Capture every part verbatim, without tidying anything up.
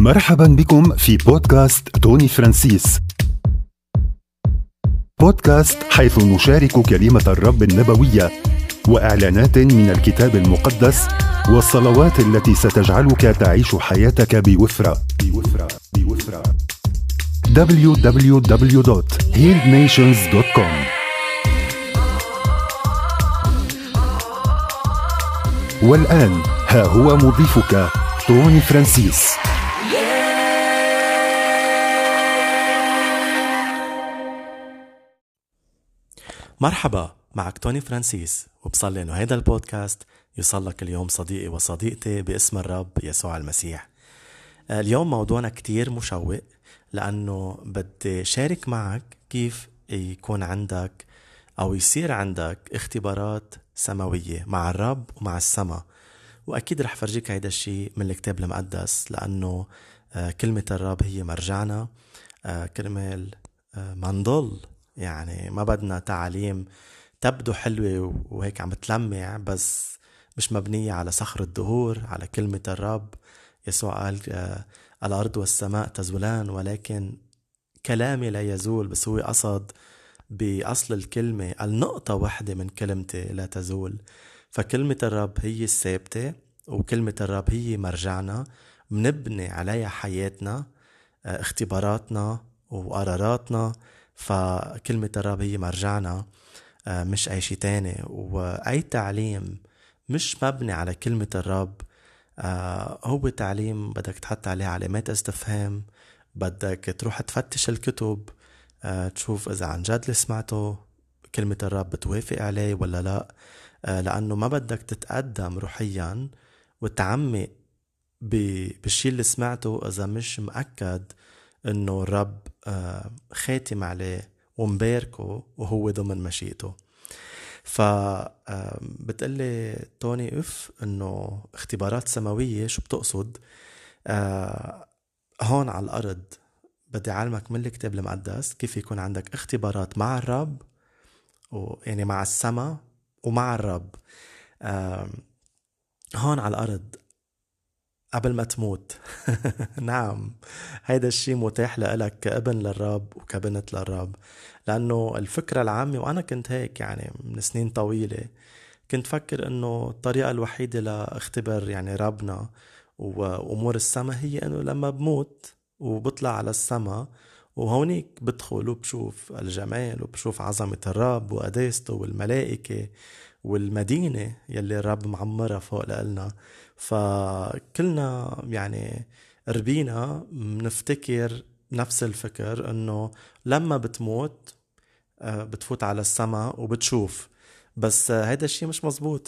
مرحبا بكم في بودكاست توني فرانسيس. بودكاست حيث نشارك كلمة الرب النبوية وإعلانات من الكتاب المقدس والصلوات التي ستجعلك تعيش حياتك بوفرة بوفرة بوفرة. دبليو دبليو دبليو دوت هيلد نيشنز دوت كوم. والآن ها هو مضيفك توني فرانسيس. مرحبا، معك توني فرانسيس، وبصلي انه هيدا البودكاست يوصلك اليوم صديقي وصديقتي باسم الرب يسوع المسيح. اليوم موضوعنا كتير مشوق لأنه بدي شارك معك كيف يكون عندك أو يصير عندك اختبارات سماوية مع الرب ومع السماء. وأكيد رح فرجيك هيدا الشيء من الكتاب المقدس، لأنه كلمة الرب هي مرجعنا. كرمال ما نضل، يعني ما بدنا تعاليم تبدو حلوة وهيك عم تلمع بس مش مبنية على صخر الدهور، على كلمة الرب. يسوع قال الأرض والسماء تزولان ولكن كلامي لا يزول، بس هو قصد بأصل الكلمة النقطة واحدة من كلمتي لا تزول. فكلمة الرب هي الثابتة، وكلمة الرب هي مرجعنا منبني عليها حياتنا، اختباراتنا وقراراتنا. فكلمة الرب هي مرجعنا، مش أي شيء تاني. وأي تعليم مش مبني على كلمة الرب هو تعليم بدك تحط عليه علامات استفهام، بدك تروح تفتش الكتب تشوف إذا عن جد اللي سمعته كلمة الرب بتوافق عليه ولا لا، لأنه ما بدك تتقدم روحيا وتعمق بالشي اللي سمعته إذا مش مأكد إنه الرب خاتم عليه ومباركه وهو ضمن مشيئته. فبتقلي توني اف إنه اختبارات سماوية شو بتقصد؟ آه هون على الأرض بدي أعلمك من الكتاب المقدس كيف يكون عندك اختبارات مع الرب، يعني مع السماء ومع الرب. آه هون على الأرض قبل ما تموت. نعم، هيدا الشيء متاح لك كابن للرب وكبنت للرب. لأنه الفكرة العامة، وأنا كنت هيك يعني من سنين طويلة، كنت فكر أنه الطريقة الوحيدة لاختبر يعني ربنا وأمور السماء هي أنه لما بموت وبطلع على السماء وهونيك بدخل وبشوف الجمال وبشوف عظمة الرب وقداسته والملائكة والمدينة يلي الرب معمرها فوق لنا. فكلنا يعني ربينا منفتكر نفس الفكر انه لما بتموت بتفوت على السماء وبتشوف، بس هيدا الشيء مش مزبوط.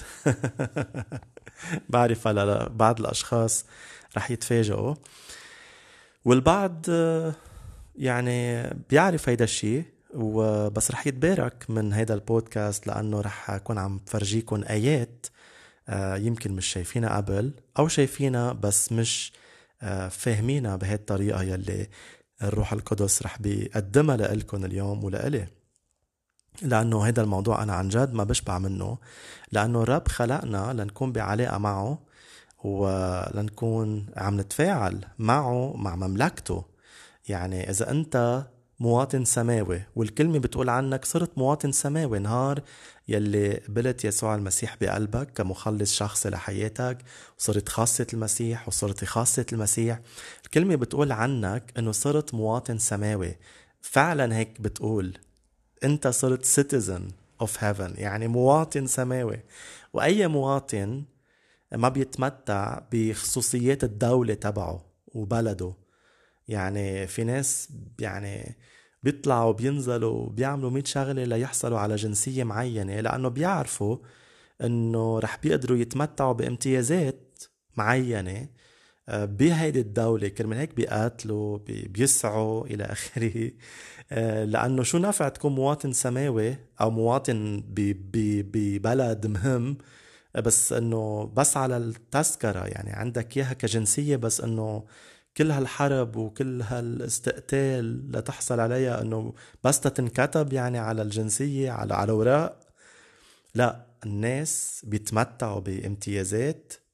بعرف هلا بعض الاشخاص رح يتفاجئوا، والبعض يعني بيعرف هيدا الشيء وبس رح يتبارك من هيدا البودكاست، لأنه رح أكون عم فرجيكم آيات آه يمكن مش شايفينها قبل، أو شايفينها بس مش آه فاهمينها بهذه الطريقة يلي الروح القدس رح بيقدمها لإلكم اليوم ولإلي. لأنه هيدا الموضوع أنا عن جد ما بشبع منه، لأنه الرب خلقنا لنكون بعلاقة معه ولنكون عم نتفاعل معه مع مملكته. يعني إذا أنت مواطن سماوي والكلمة بتقول عنك صرت مواطن سماوي نهار يلي قبلت يسوع المسيح بقلبك كمخلص شخصي لحياتك وصرت خاصة المسيح وصرت خاصة المسيح، الكلمة بتقول عنك أنه صرت مواطن سماوي. فعلا هيك بتقول، أنت صرت citizen of heaven، يعني مواطن سماوي. وأي مواطن ما بيتمتع بخصوصيات الدولة تبعه وبلده. يعني في ناس يعني بيطلعوا بينزلوا بيعملوا مية شغلة ليحصلوا على جنسية معينة، لأنه بيعرفوا أنه رح بيقدروا يتمتعوا بامتيازات معينة بهيدي الدولة، كرمال هيك بيقاتلوا بيسعوا إلى آخره. لأنه شو نافع تكون مواطن سماوي أو مواطن ببلد مهم بس أنه بس على التذكرة، يعني عندك إياها كجنسية، بس أنه كل هالحرب وكل هالاستقتال لتحصل عليها أنه بس تنكتب يعني على الجنسية على على وراء. لا، الناس بيتمتعوا بامتيازات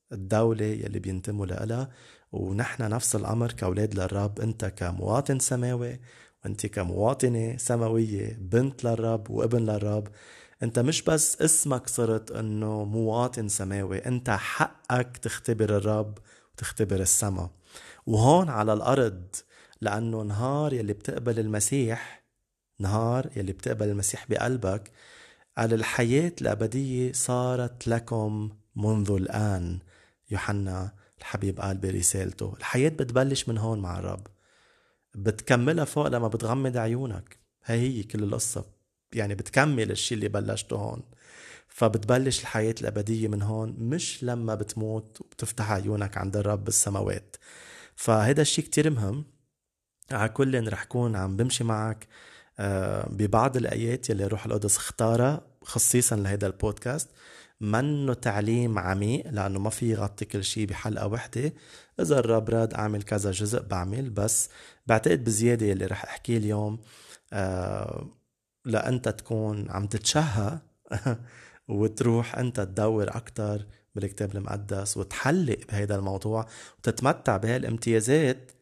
الدولة يلي بينتموا لها، ونحن نفس الأمر كأولاد للرب. أنت كمواطن سماوي وأنت كمواطنة سماوية، بنت للرب وابن للرب، أنت مش بس اسمك صرت أنه مواطن سماوي، أنت حقك تختبر الرب وتختبر السما. وهون على الأرض، لأنه نهار يلي بتقبل المسيح، نهار يلي بتقبل المسيح بقلبك، على الحياة الأبدية صارت لكم منذ الآن. يوحنا الحبيب قال برسالته الحياة بتبلش من هون مع الرب، بتكملها فوق لما بتغمض عيونك. هي هي كل القصة، يعني بتكمل الشيء اللي بلشته هون. فبتبلش الحياة الأبدية من هون، مش لما بتموت وبتفتح عيونك عند الرب بالسماوات. فهذا الشيء كتير مهم. على كل رح كون عم بمشي معك ببعض الآيات يلي روح القدس اختارها خصيصا لهذا البودكاست. منه تعليم عميق لأنه ما في يغطي كل شيء بحلقة وحدة. إذا الرب راد أعمل كذا جزء بعمل، بس بعتقد بزيادة يلي رح أحكي اليوم آه لأنت تكون عم تتشهى وتروح أنت تدور أكتر بالكتاب المقدس وتحلق بهذا الموضوع وتتمتع بهالامتيازات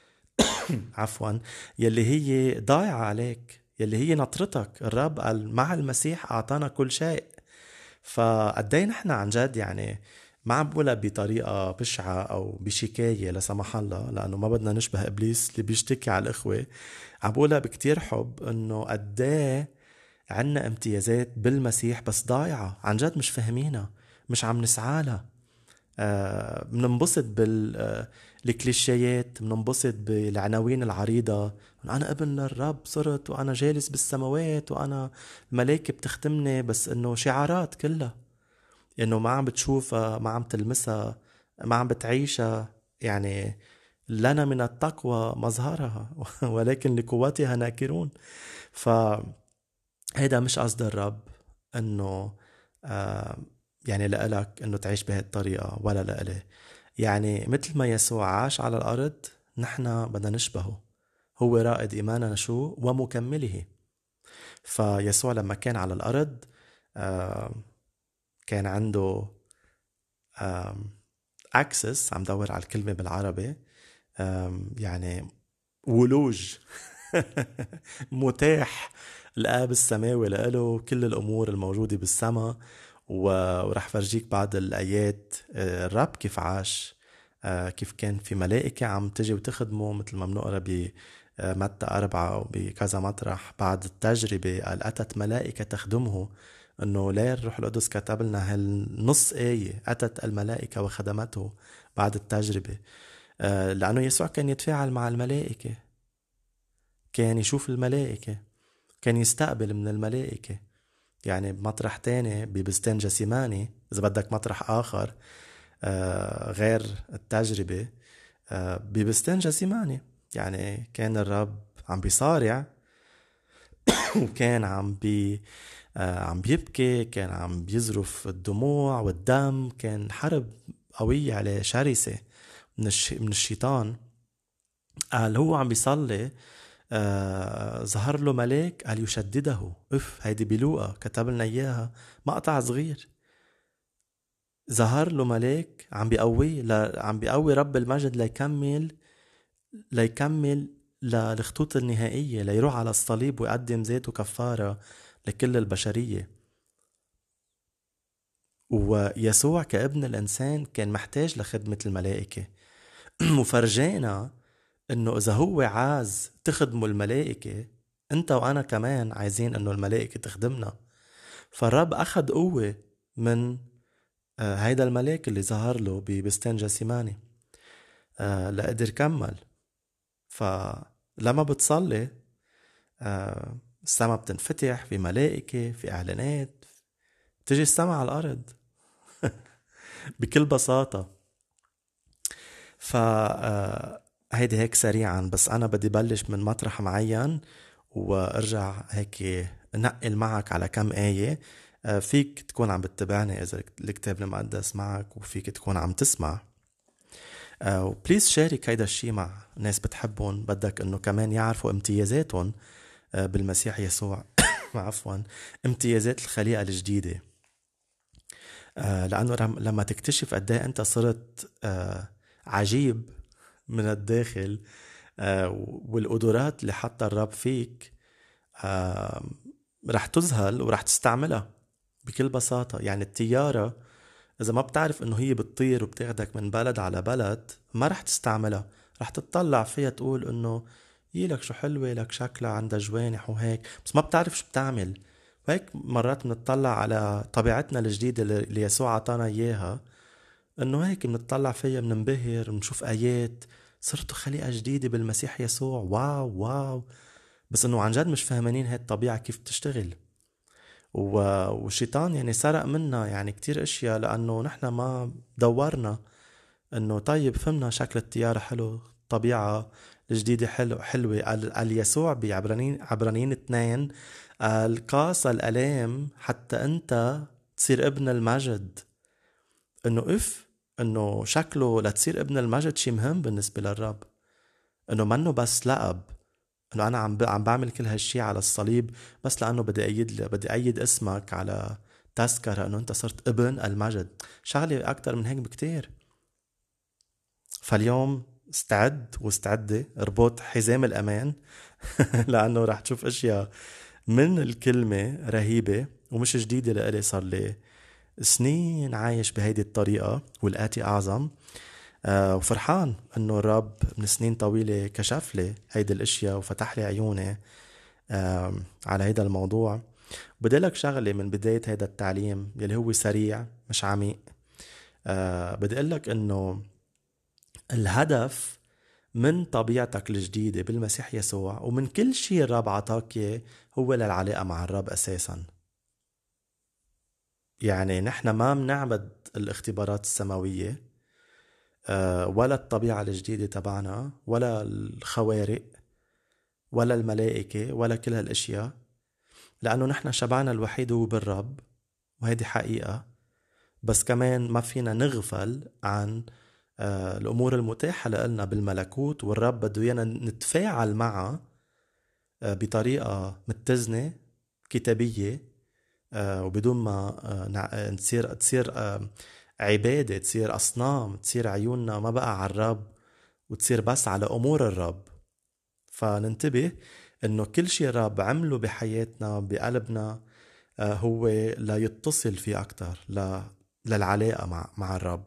عفوا يلي هي ضايعة عليك، يلي هي نطرتك. الرب قال مع المسيح أعطانا كل شيء. فقدي نحن عن جد يعني ما عم بقولها بطريقة بشعة أو بشكاية لا سمح الله، لأنه ما بدنا نشبه إبليس اللي بيشتكي على الإخوة. عم بقولها بكتير حب إنه قدي عنا امتيازات بالمسيح بس ضايعة عن جد، مش فهمينها، مش عم نسعالها. آه مننبسط بالكليشيات، مننبسط بالعناوين العريضة، أنا ابن للرب صرت وأنا جالس بالسماوات وأنا الملائكة بتختمني، بس إنه شعارات كلها، إنه ما عم بتشوفها، ما عم تلمسها، ما عم بتعيشها. يعني لنا من التقوى مظهرها ولكن لقوتها ناكرون. فهذا مش قصد الرب إنه آه يعني لألك إنه تعيش بهذه الطريقة ولا لأله. يعني مثل ما يسوع عاش على الأرض نحن بدنا نشبهه، هو رائد إيماننا شو ومكمله. فيسوع لما كان على الأرض آه كان عنده access، عم دور على الكلمة بالعربي، يعني ولوج متاح الآب السماوي لأله كل الأمور الموجودة بالسماء. ورح فرجيك بعض الآيات الرب كيف عاش، كيف كان في ملائكة عم تجي وتخدمه، مثل ما بنقرأ بمتى أربعة وبكذا مطرح. بعد التجربة قال أتت ملائكة تخدمه، أنه لا الروح القدس كتب لنا هالنص آية، أتت الملائكة وخدمته بعد التجربة. لأنه يسوع كان يتفاعل مع الملائكة، كان يشوف الملائكة، كان يستقبل من الملائكة. يعني بمطرح تاني ببستان جسيماني، إذا بدك مطرح آخر غير التجربة، ببستان جسيماني يعني كان الرب عم بيصارع وكان عم بي عم بيبكي، كان عم بيزرف الدموع والدم، كان حرب قوية عليه شرسة من من الشيطان. قال هو عم بيصلي آه ظهر له ملاك قال يشدده. اف هيدي بلوقا كتب لنا اياها مقطع صغير. ظهر له ملاك عم بيقوي ل... عم بيقوي رب المجد ليكمل ليكمل للخطوط النهائية، ليروح على الصليب ويقدم ذاته كفارة لكل البشرية. ويسوع كابن الإنسان كان محتاج لخدمة الملائكة وفرجينا انه اذا هو عايز تخدموا الملائكة، انت وانا كمان عايزين انه الملائكة تخدمنا. فالرب اخذ قوة من هيدا الملاك اللي ظهر له ببستان جسيماني لقدر كمل. فلما بتصلي السماء بتنفتح، في ملائكة، في اعلانات، تجي السماء على الارض بكل بساطة. ف هيدي هيك سريعا، بس أنا بدي بلش من مطرح معين وارجع هيك نقل معك على كم آية. فيك تكون عم بتتابعني إذا الكتاب المقدس معك، وفيك تكون عم تسمع. وبليز شارك هيدا الشي مع ناس بتحبهم، بدك إنه كمان يعرفوا امتيازاتهم بالمسيح يسوع عفوا امتيازات الخليقة الجديدة. آه لأنه رم- لما تكتشف قد ايه أنت صرت آه عجيب من الداخل، آه والقدرات اللي حطها الرب فيك، آه رح تذهل ورح تستعملها بكل بساطة. يعني الطيارة إذا ما بتعرف إنه هي بتطير وبتاخدك من بلد على بلد ما رح تستعملها، رح تتطلع فيها تقول إنه يلك شو حلوة، لك شكلها عندها جوانح وهيك، بس ما بتعرف شو بتعمل. وهيك مرات بنتطلع على طبيعتنا الجديدة اللي يسوع عطانا إياها، إنه هيك بنتطلع فيها بننبهر، بنشوف آيات صرتوا خليقة جديدة بالمسيح يسوع، واو واو. بس إنه عن جد مش فاهمانين هاي الطبيعة كيف بتشتغل. و- والشيطان يعني سرق منا يعني كتير اشياء، لانه نحن ما دورنا انه طيب فهمنا شكل الطيارة حلو، طبيعة الجديدة حلو حلوة. قال قال يسوع بعبرانيين عبرانيين اثنين، قال قاس الالام حتى انت تصير ابن المجد. انه اف انه شكله لتصير ابن المجد شي مهم بالنسبة للرب، انه منه بس لقب، انه انا عم ب... عم بعمل كل هالشي على الصليب بس لانه بدي ايد بدي ايد اسمك على تذكرة انه انت صرت ابن المجد. شغلة اكتر من هيك بكتير. فاليوم استعد واستعدي، اربط حزام الامان لانه رح تشوف اشياء من الكلمة رهيبة ومش جديدة لإلي، صار لي سنين عايش بهيدي الطريقة والآتي أعظم. آه وفرحان انه الرب من سنين طويلة كشف لي هيدي الاشياء وفتح لي عيوني آه على هيدا الموضوع. بدي لك شغلة من بداية هيدا التعليم يلي هو سريع مش عميق. آه بدي اقول لك انه الهدف من طبيعتك الجديدة بالمسيح يسوع ومن كل شيء الرب عطاك إياه هو للعلاقة مع الرب أساسا. يعني نحن ما منعبد الاختبارات السماوية آه، ولا الطبيعة الجديدة تبعنا ولا الخوارق ولا الملائكة ولا كل هالاشياء، لأنه نحن شبعنا الوحيد هو بالرب، وهذه حقيقة. بس كمان ما فينا نغفل عن آه، الأمور المتاحة لنا بالملكوت، والرب بده إيانا نتفاعل معها آه، بطريقة متزنة كتابية، آه، وبدون ما آه، نع- آه، تصير تصير آه، عبادة، تصير أصنام، تصير عيوننا ما بقى على الرب وتصير بس على أمور الرب. فننتبه إنه كل شيء الرب عمله بحياتنا بقلبنا آه، هو لا يتصل فيه أكتر، لا للعلاقة مع مع الرب.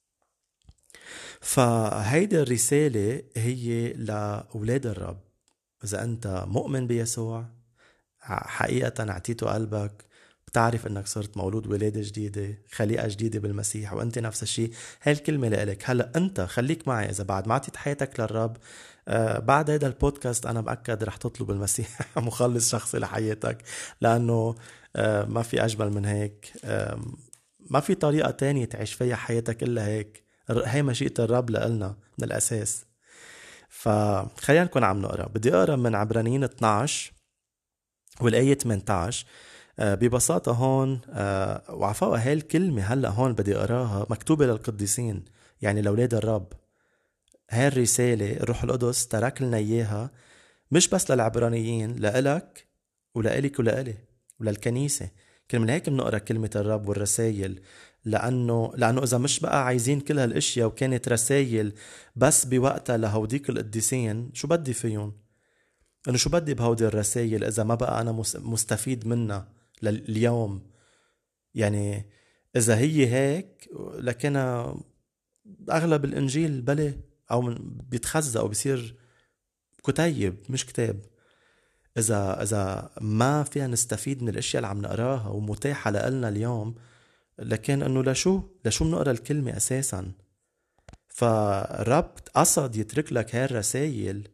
فهيدي الرسالة هي لأولاد الرب. إذا أنت مؤمن بيسوع حقيقة اعطيته قلبك، بتعرف انك صرت مولود ولادة جديدة، خليقة جديدة بالمسيح، وانت نفس الشيء. هاي الكلمة لإلك. هلأ انت خليك معي، اذا بعد ما عطيت حياتك للرب آه بعد هذا البودكاست انا مأكد رح تطلب المسيح مخلص شخصي لحياتك، لانه آه ما في اجمل من هيك. آه ما في طريقة تانية تعيش فيها حياتك الا هيك. هاي مشيئة الرب لإلنا من الاساس. فخلينا نكون عم نقرا. بدي اقرا من عبرانيين اثناشر والآية ثمانية عشر. آه، ببساطة هون آه، وعفوا هاي الكلمة هلأ هون بدي أقراها مكتوبة للقديسين، يعني لأولاد الرب. هاي الرسالة الروح القدس ترك لنا إياها مش بس للعبرانيين، لإلك ولإلك ولإلي وللكنيسة. كرمال هيك بنقرا كلمة الرب والرسائل، لأنه لأنه إذا مش بقى عايزين كل هالأشياء وكانت رسائل بس بوقتها لهوديك القديسين، شو بدي فيهم؟ انه شو بدي بهودي الرسائل اذا ما بقى انا مستفيد منها لليوم؟ يعني اذا هي هيك لكن اغلب الانجيل بلي او بيتخزق او بيصير كتيب مش كتاب. اذا اذا ما فيها نستفيد من الاشياء اللي عم نقراها ومتاحه لنا اليوم، لكن انه لشو لشو بنقرا الكلمه اساسا؟ فالرب قصد يترك لك هاي الرسائل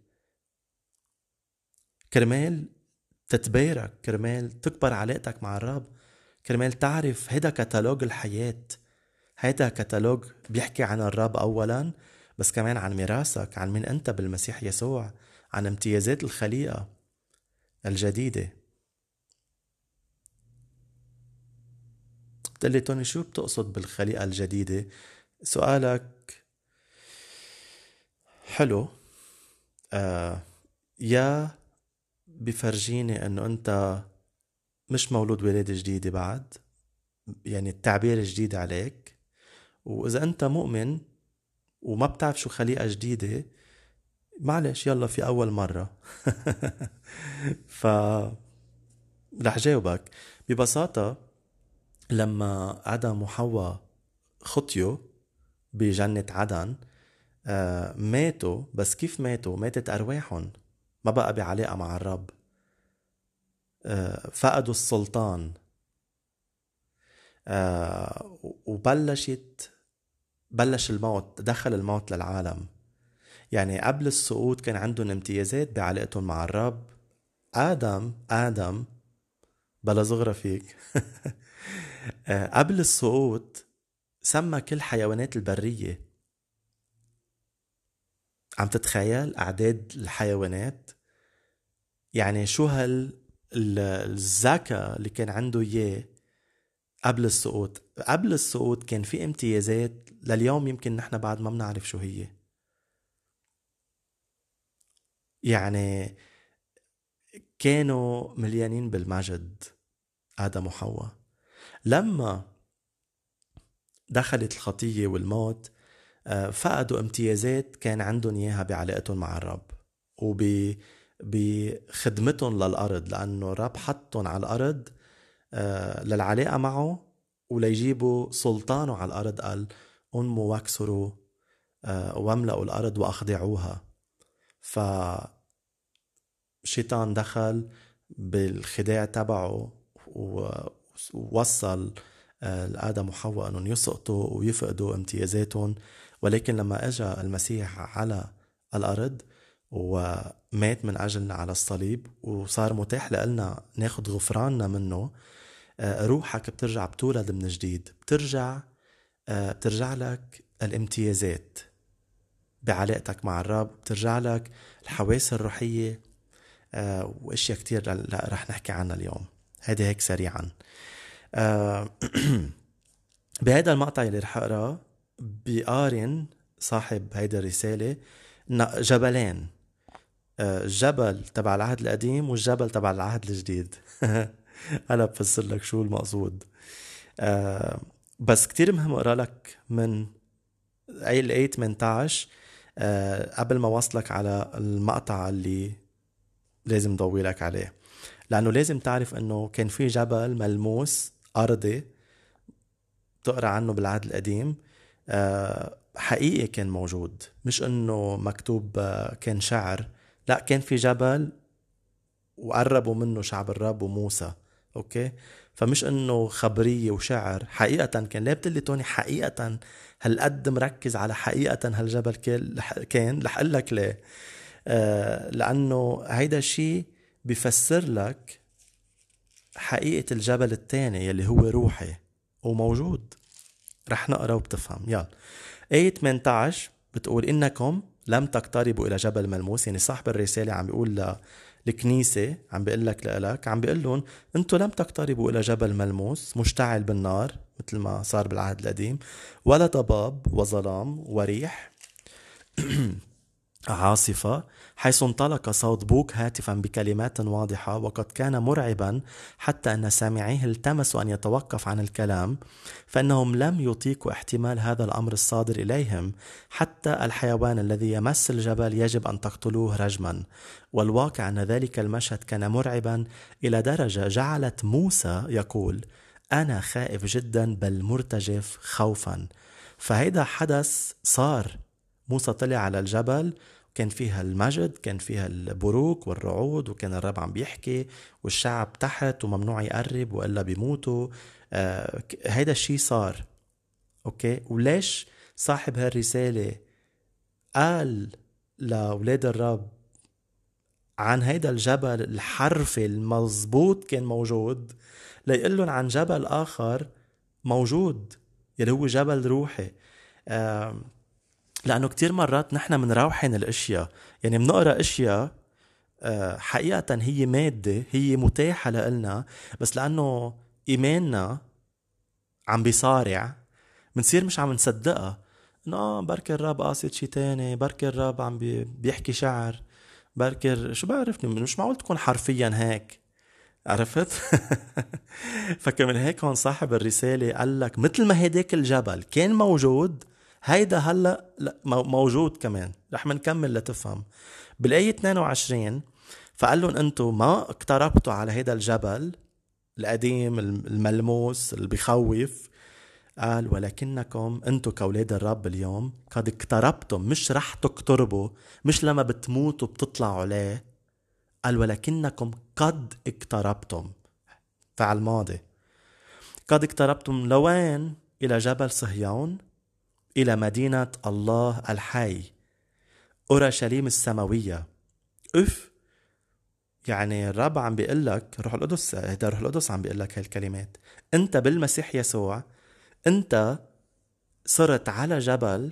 كرمال تتبارك، كرمال تكبر علاقتك مع الرب، كرمال تعرف هيدا كتالوج الحياة. هيدا كتالوج بيحكي عن الرب أولا، بس كمان عن ميراثك، عن من أنت بالمسيح يسوع، عن امتيازات الخليقة الجديدة. بتقلي توني شو بتقصد بالخليقة الجديدة؟ سؤالك حلو. آه يا بفرجيني أنه أنت مش مولود ولادة جديدة بعد، يعني التعبير الجديد عليك. وإذا أنت مؤمن وما بتعرف شو خليقة جديدة، معلش يلا في أول مرة. ف رح جاوبك ببساطة. لما آدم وحواء خطيوا بجنة عدن، آه ماتوا. بس كيف ماتوا؟ ماتت أرواحهم، ما بقى بعلاقة مع الرب. آه فقدوا السلطان. آه وبلشت بلش الموت، دخل الموت للعالم. يعني قبل السقوط كان عندهم امتيازات بعلاقتهم مع الرب. آدم آدم بلا زغرة فيك. آه قبل السقوط سمى كل حيوانات البرية. عم تتخيل أعداد الحيوانات؟ يعني شو هال الذكاء اللي كان عنده إياه قبل السقوط. قبل السقوط كان في امتيازات لليوم يمكن نحن بعد ما بنعرف شو هي. يعني كانوا مليانين بالمجد آدم وحواء. لما دخلت الخطية والموت، فقدوا امتيازات كان عندهم إياها بعلاقتهم مع الرب وبخدمتهم للأرض، لأنه الرب حطهم على الأرض للعلاقة معه وليجيبوا سلطانه على الأرض. قال أنموا واكسروا واملأوا الأرض وأخضعوها. فالشيطان دخل بالخداع تبعه ووصل آدم وحواء أنهم يسقطوا ويفقدوا امتيازاتهم. ولكن لما أجا المسيح على الأرض ومات من أجلنا على الصليب وصار متاح لنا ناخد غفراننا منه، روحك بترجع بتولد من جديد. بترجع بترجع لك الامتيازات بعلاقتك مع الرب، بترجع لك الحواس الروحية واشياء كتير رح نحكي عنها اليوم. هذه هيك سريعا. بهذا المقطع اللي رح اقراه بيقارن صاحب هيدا الرسالة جبلين، الجبل تبع العهد القديم والجبل تبع العهد الجديد. أنا بفسر لك شو المقصود. بس كتير مهم أقرأ لك من أي الآية ثمانية عشر قبل ما وصلك على المقطع اللي لازم ضوي لك عليه، لأنه لازم تعرف أنه كان في جبل ملموس أرضي تقرأ عنه بالعهد القديم، حقيقي كان موجود، مش أنه مكتوب كان شعر. لا، كان في جبل وقربوا منه شعب الرب وموسى. أوكي، فمش أنه خبرية وشعر، حقيقة كان. لا بتلي توني حقيقة هالقد مركز على حقيقة هالجبل كان؟ رح أقول لك ليه. آه لأنه هيدا الشيء بيفسر لك حقيقة الجبل التاني يلي هو روحي وموجود. رح نقرأ وبتفهم. يلا، آية ثمانية عشر بتقول إنكم لم تقتربوا إلى جبل ملموس. يعني صاحب الرسالة عم بيقول للكنيسة، عم بيقول لك لك عم بيقول لهم أنتوا لم تقتربوا إلى جبل ملموس مشتعل بالنار مثل ما صار بالعهد القديم، ولا ضباب وظلام وريح عاصفة، حيث انطلق صوت بوق هاتفا بكلمات واضحة، وقد كان مرعبا حتى أن سامعيه التمسوا أن يتوقف عن الكلام، فإنهم لم يطيقوا احتمال هذا الأمر الصادر إليهم. حتى الحيوان الذي يمس الجبل يجب أن تقتلوه رجما. والواقع أن ذلك المشهد كان مرعبا إلى درجة جعلت موسى يقول أنا خائف جدا بل مرتجف خوفا. فهذا حدث صار. موسى طلع على الجبل، كان فيها المجد، كان فيها البروق والرعود، وكان الرب عم بيحكي والشعب تحت وممنوع يقرب وإلا بيموتوا. آه هيدا الشيء صار. أوكي، وليش صاحب هالرسالة قال لأولاد الرب عن هيدا الجبل الحرفي المضبوط كان موجود، ليقلن عن جبل آخر موجود يلي هو جبل روحي. آه لأنه كتير مرات نحن منروحن الأشياء، يعني منقرأ أشياء حقيقة هي مادة، هي متاحة لنا، بس لأنه إيماننا عم بيصارع منصير مش عم نصدقها. إنه بركي الرب قاصد شي تاني، بركي الرب عم بيحكي شعر، بركي شو بعرفني، مش معقول تكون حرفيا هيك. عرفت؟ فكمن هيك هون صاحب الرسالة قال لك مثل ما هيداك الجبل كان موجود، هيدا هلأ موجود كمان. رح منكمل لتفهم. بالآية اثنين وعشرين فقال لهم انتو ما اقتربتوا على هيدا الجبل القديم الملموس اللي بيخوف، قال ولكنكم انتو كأولاد الرب اليوم قد اقتربتم، مش رح تقتربوا، مش لما بتموتوا بتطلعوا عليه. قال ولكنكم قد اقتربتم، فعل ماضي. قد اقتربتم لوين؟ إلى جبل صهيون، إلى مدينة الله الحي، أورشليم السماوية. اف يعني الرب عم بيقول لك، روح القدس، هيدا روح القدس عم بيقول لك هالكلمات. انت بالمسيح يسوع انت صرت على جبل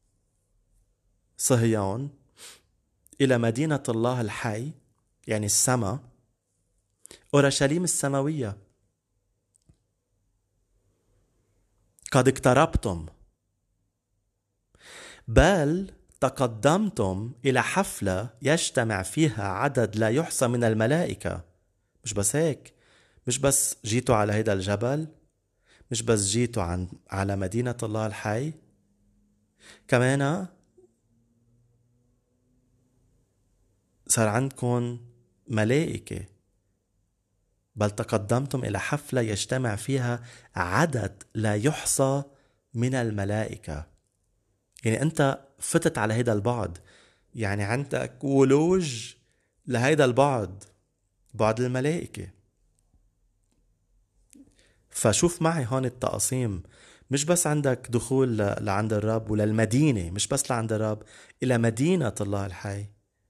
صهيون إلى مدينة الله الحي، يعني السماء، أورشليم السماوية. قد اقتربتم، بل تقدمتم إلى حفلة يجتمع فيها عدد لا يحصى من الملائكة. مش بس هيك، مش بس جيتوا على هيدا الجبل، مش بس جيتوا عن على مدينة الله الحي، كمان صار عندكم ملائكة. بل تقدمتم إلى حفلة يجتمع فيها عدد لا يحصى من الملائكة. يعني أنت فتت على هيدا البعد، يعني عندك ولوج لهيدا البعد، بعد الملائكة. فشوف معي هون التقسيم، مش بس عندك دخول لعند الرب وللمدينة، مش بس لعند الرب، إلى مدينة الله الحي.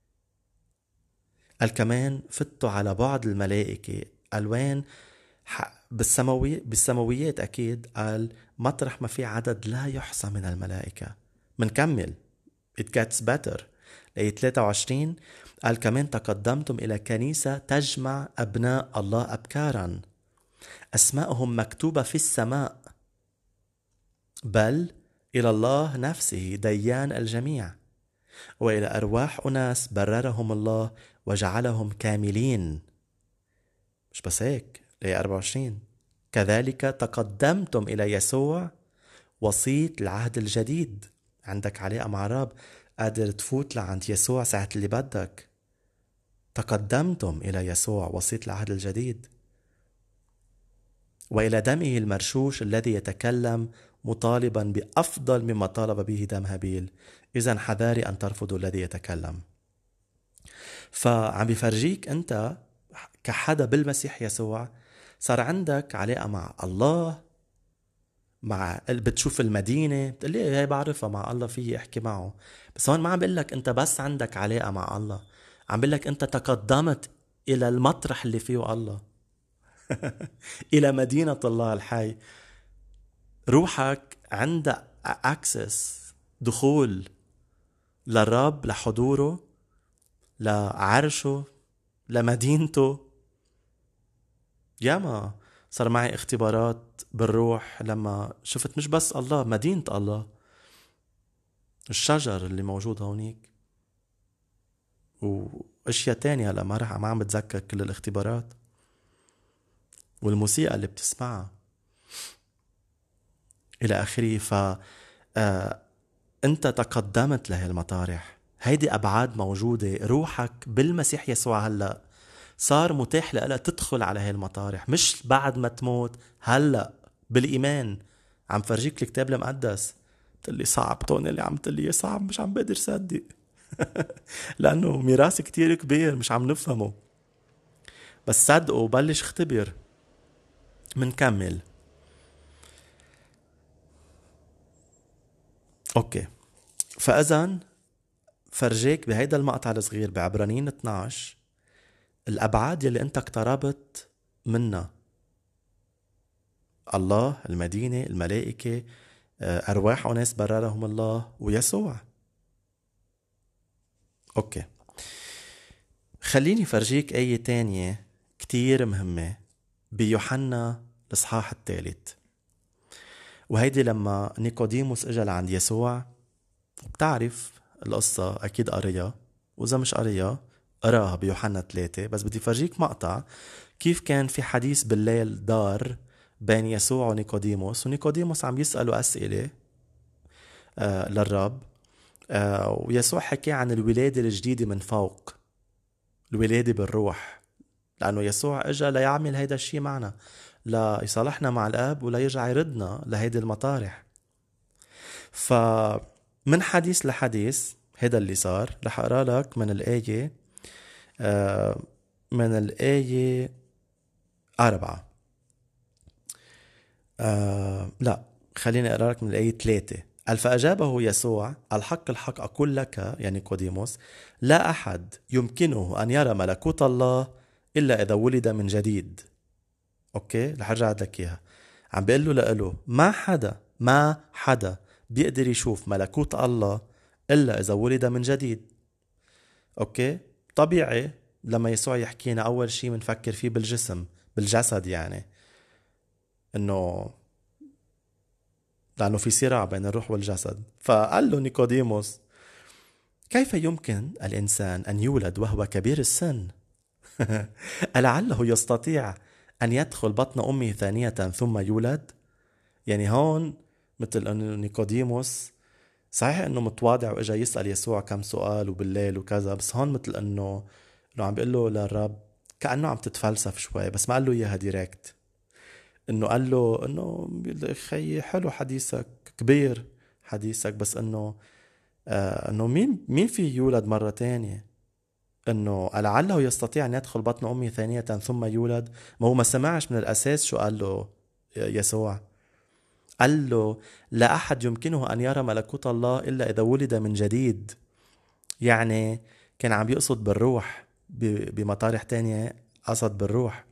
قال كمان فتوا على بعد الملائكة. قال وين؟ بالسماوي بالسماويات أكيد. قال مطرح ما في عدد لا يحصى من الملائكة. منكمل it gets better. لآية ثلاثة وعشرين قال كمان تقدمتم إلى كنيسة تجمع أبناء الله أبكارا، أسماءهم مكتوبة في السماء، بل إلى الله نفسه ديان الجميع، وإلى أرواح أناس بررهم الله وجعلهم كاملين. مش بس هيك، لآية أربعة وعشرين كذلك تقدمتم إلى يسوع وسيط العهد الجديد. عندك علاقة مع الرب، قادر تفوت لعند يسوع ساعة اللي بدك. تقدمتم إلى يسوع وسيط العهد الجديد، وإلى دمه المرشوش الذي يتكلم مطالبا بأفضل مما طالب به دم هابيل. إذن حذاري أن ترفضوا الذي يتكلم. فعم بيفرجيك أنت كحدا بالمسيح يسوع صار عندك علاقة مع الله، مع بتشوف المدينة بتقلي هي بعرفها مع الله، فيه احكي معه. بس هون ما عم بقول لك انت بس عندك علاقة مع الله، عم بقول لك انت تقدمت الى المطرح اللي فيه الله الى مدينة الله الحي. روحك عندها اكسس، دخول للرب، لحضوره، لعرشه، لمدينته. ياما صار معي اختبارات بالروح لما شفت مش بس الله، مدينة الله، الشجر اللي موجود هونيك، واشياء تانية. هلا ما رح ما عم بتذكر كل الاختبارات، والموسيقى اللي بتسمعها الى اخره. ف آه انت تقدمت لهي المطارح، هيدي ابعاد موجودة. روحك بالمسيح يسوع هلا صار متاح لها تدخل على هاي المطارح، مش بعد ما تموت، هلأ بالإيمان. عم فرجيك الكتاب المقدس، تقلي صعب توني، اللي عم تقلي صعب، مش عم بقدر صدق لأنه ميراث كتير كبير مش عم نفهمه. بس صدقوا، بلش اختبر. منكمل. اوكي، فإذن فرجيك بهيدا المقطع الصغير بعبرانيين اثناشر الأبعاد يلي أنت اقتربت منها: الله، المدينة، الملائكة، أرواح وناس بررهم الله، ويسوع. أوكي، خليني فرجيك آية تانية كتير مهمة بيوحنا الإصحاح الثالث. وهيدي لما نيقوديموس اجى لعند يسوع. بتعرف القصة أكيد قرية، وإذا مش قرية قراها بيوحنا ثلاثة. بس بدي فرجيك مقطع كيف كان في حديث بالليل دار بين يسوع ونيقوديموس، ونيقوديموس عم يسأله أسئلة آه للرب، آه ويسوع حكي عن الولادة الجديدة من فوق، الولادة بالروح، لأنه يسوع إجا ليعمل هيدا الشيء معنا، لا يصالحنا مع الآب ولا يرجع يردنا لهيدي المطارح. فمن حديث لحديث هيدا اللي صار. رح أقرأ لك من الآية آه من الآية أربعة آه لا خليني أقرأ لك من الآية ثلاثة. قال فأجابه يسوع الحق الحق أقول لك يعني نيقوديموس لا أحد يمكنه أن يرى ملكوت الله إلا إذا ولد من جديد. أوكي رح أرجع لك إياها. عم بيقول له لقله ما حدا ما حدا بيقدر يشوف ملكوت الله إلا إذا ولد من جديد. أوكي طبيعي لما يسوع يحكينا أول شيء منفكر فيه بالجسم بالجسد، يعني إنه لأنه في صراع بين الروح والجسد. فقال له نيقوديموس كيف يمكن الإنسان أن يولد وهو كبير السن؟ ألعله يستطيع أن يدخل بطن أمه ثانية ثم يولد؟ يعني هون مثل أنه نيقوديموس صحيح أنه متواضع وإجا يسأل يسوع كم سؤال وبالليل وكذا، بس هون مثل أنه لو عم بيقول له للرب كأنه عم تتفلسف شوي، بس ما قال له إياها ديريكت. انه قال له انه خي حلو حديثك كبير حديثك، بس انه آه انه مين مين في يولد مرة تانية؟ انه لعله يستطيع ان يدخل بطن امه ثانية ثم يولد. ما هو ما سمعش من الاساس شو قال له يسوع. قال له لا احد يمكنه ان يرى ملكوت الله الا اذا ولد من جديد. يعني كان عم يقصد بالروح، بمطارح تانية قصد بالروح.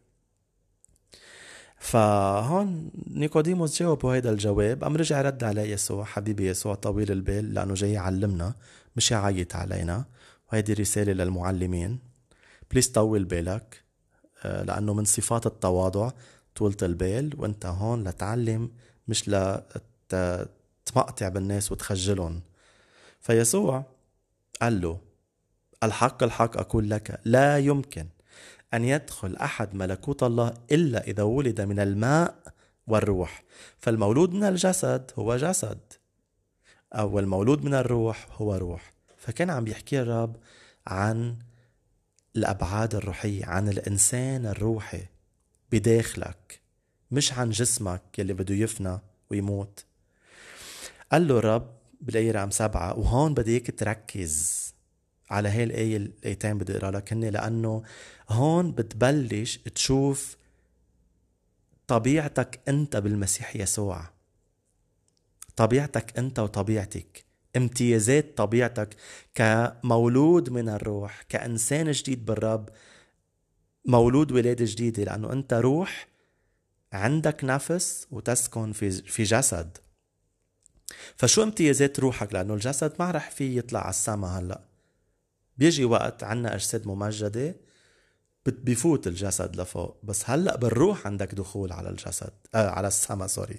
فهون نيقوديموس جاوبه هيدا الجواب، قام رجع رد عليه يسوع حبيبي يسوع طويل البال، لأنه جاي يعلمنا مش يعيط علينا، وهيدي رسالة للمعلمين بليز طول بالك، لأنه من صفات التواضع طولة البال، وانت هون لتعلم مش لتمقطع بالناس وتخجلهم. فيسوع قال له الحق الحق أقول لك لا يمكن أن يدخل أحد ملكوت الله إلا إذا ولد من الماء والروح. فالمولود من الجسد هو جسد، أو المولود من الروح هو روح. فكان عم يحكي الرب عن الأبعاد الروحية، عن الإنسان الروحي بداخلك، مش عن جسمك يلي بده يفنى ويموت. قال له الرب بالآية رقم سبعة، وهون بدي اياك تركز على هاي الآية الآيتين بدي اقرا لك هن، لأنه هون بتبلش تشوف طبيعتك أنت بالمسيح يسوع، طبيعتك أنت وطبيعتك، امتيازات طبيعتك كمولود من الروح، كإنسان جديد بالرب، مولود ولادة جديدة، لأنه أنت روح عندك نفس وتسكن في في جسد. فشو امتيازات روحك؟ لأنه الجسد ما رح فيه يطلع على السما. هلأ بيجي وقت عنا أجساد ممجدة بيفوت الجسد لفوق، بس هلأ بالروح عندك دخول على الجسد آه على السما سوري.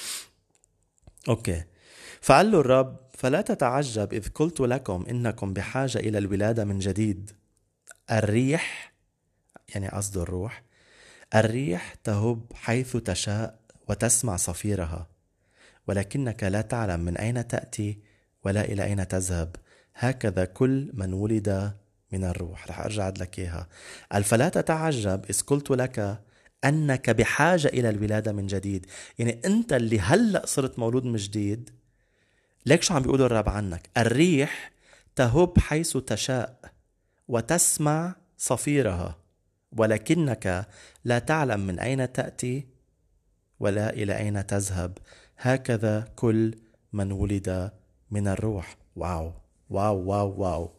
أوكي. فقال له الرب فلا تتعجب إذ قلت لكم إنكم بحاجة إلى الولادة من جديد. الريح يعني قصد الروح، الريح تهب حيث تشاء وتسمع صفيرها، ولكنك لا تعلم من أين تأتي ولا إلى أين تذهب، هكذا كل من ولد من الروح. رح أرجع لك إياها. فلا تتعجب إذ قلت لك أنك بحاجة إلى الولادة من جديد. يعني أنت اللي هلأ صرت مولود من جديد، ليك شو عم بيقول الرب عنك؟ الريح تهب حيث تشاء وتسمع صفيرها، ولكنك لا تعلم من أين تأتي ولا إلى أين تذهب، هكذا كل من ولد من الروح. واو واو واو واو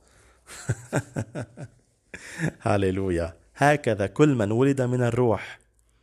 هاليلويا. هكذا كل من ولد من الروح.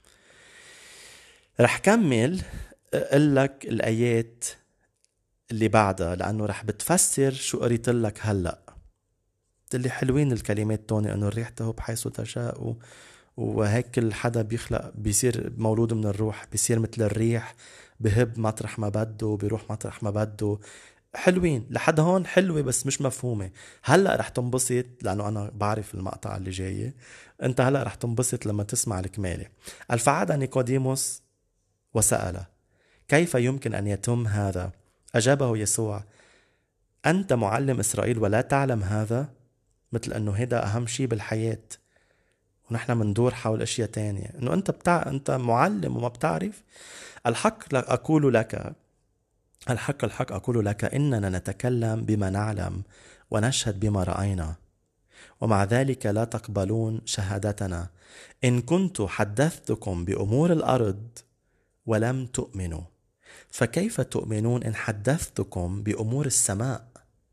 رح كمل قلك الآيات اللي بعدها، لأنه رح بتفسر شو قريت لك هلأ. اللي حلوين الكلمات توني، أنه الريح تهب حيث تشاء، وهيك كل حدا بيخلق بيصير مولود من الروح، بيصير مثل الريح، بهب مطرح ما بده، بيروح مطرح ما بده. حلوين لحد هون، حلوة بس مش مفهومة. هلأ رح تنبسط لأنه أنا بعرف المقطع اللي جاي، أنت هلأ رح تنبسط لما تسمع الكمالة. الفعاد نيقوديموس وسأله: كيف يمكن أن يتم هذا؟ أجابه يسوع: أنت معلم إسرائيل ولا تعلم هذا؟ مثل أنه هذا أهم شيء بالحياة، ونحن مندور حول أشياء تانية. أنه أنت بتاع أنت معلم وما بتعرف. الحق أقول لك الحق الحق أقول لك إننا نتكلم بما نعلم ونشهد بما رأينا، ومع ذلك لا تقبلون شهادتنا. إن كنت حدثتكم بأمور الأرض ولم تؤمنوا، فكيف تؤمنون إن حدثتكم بأمور السماء؟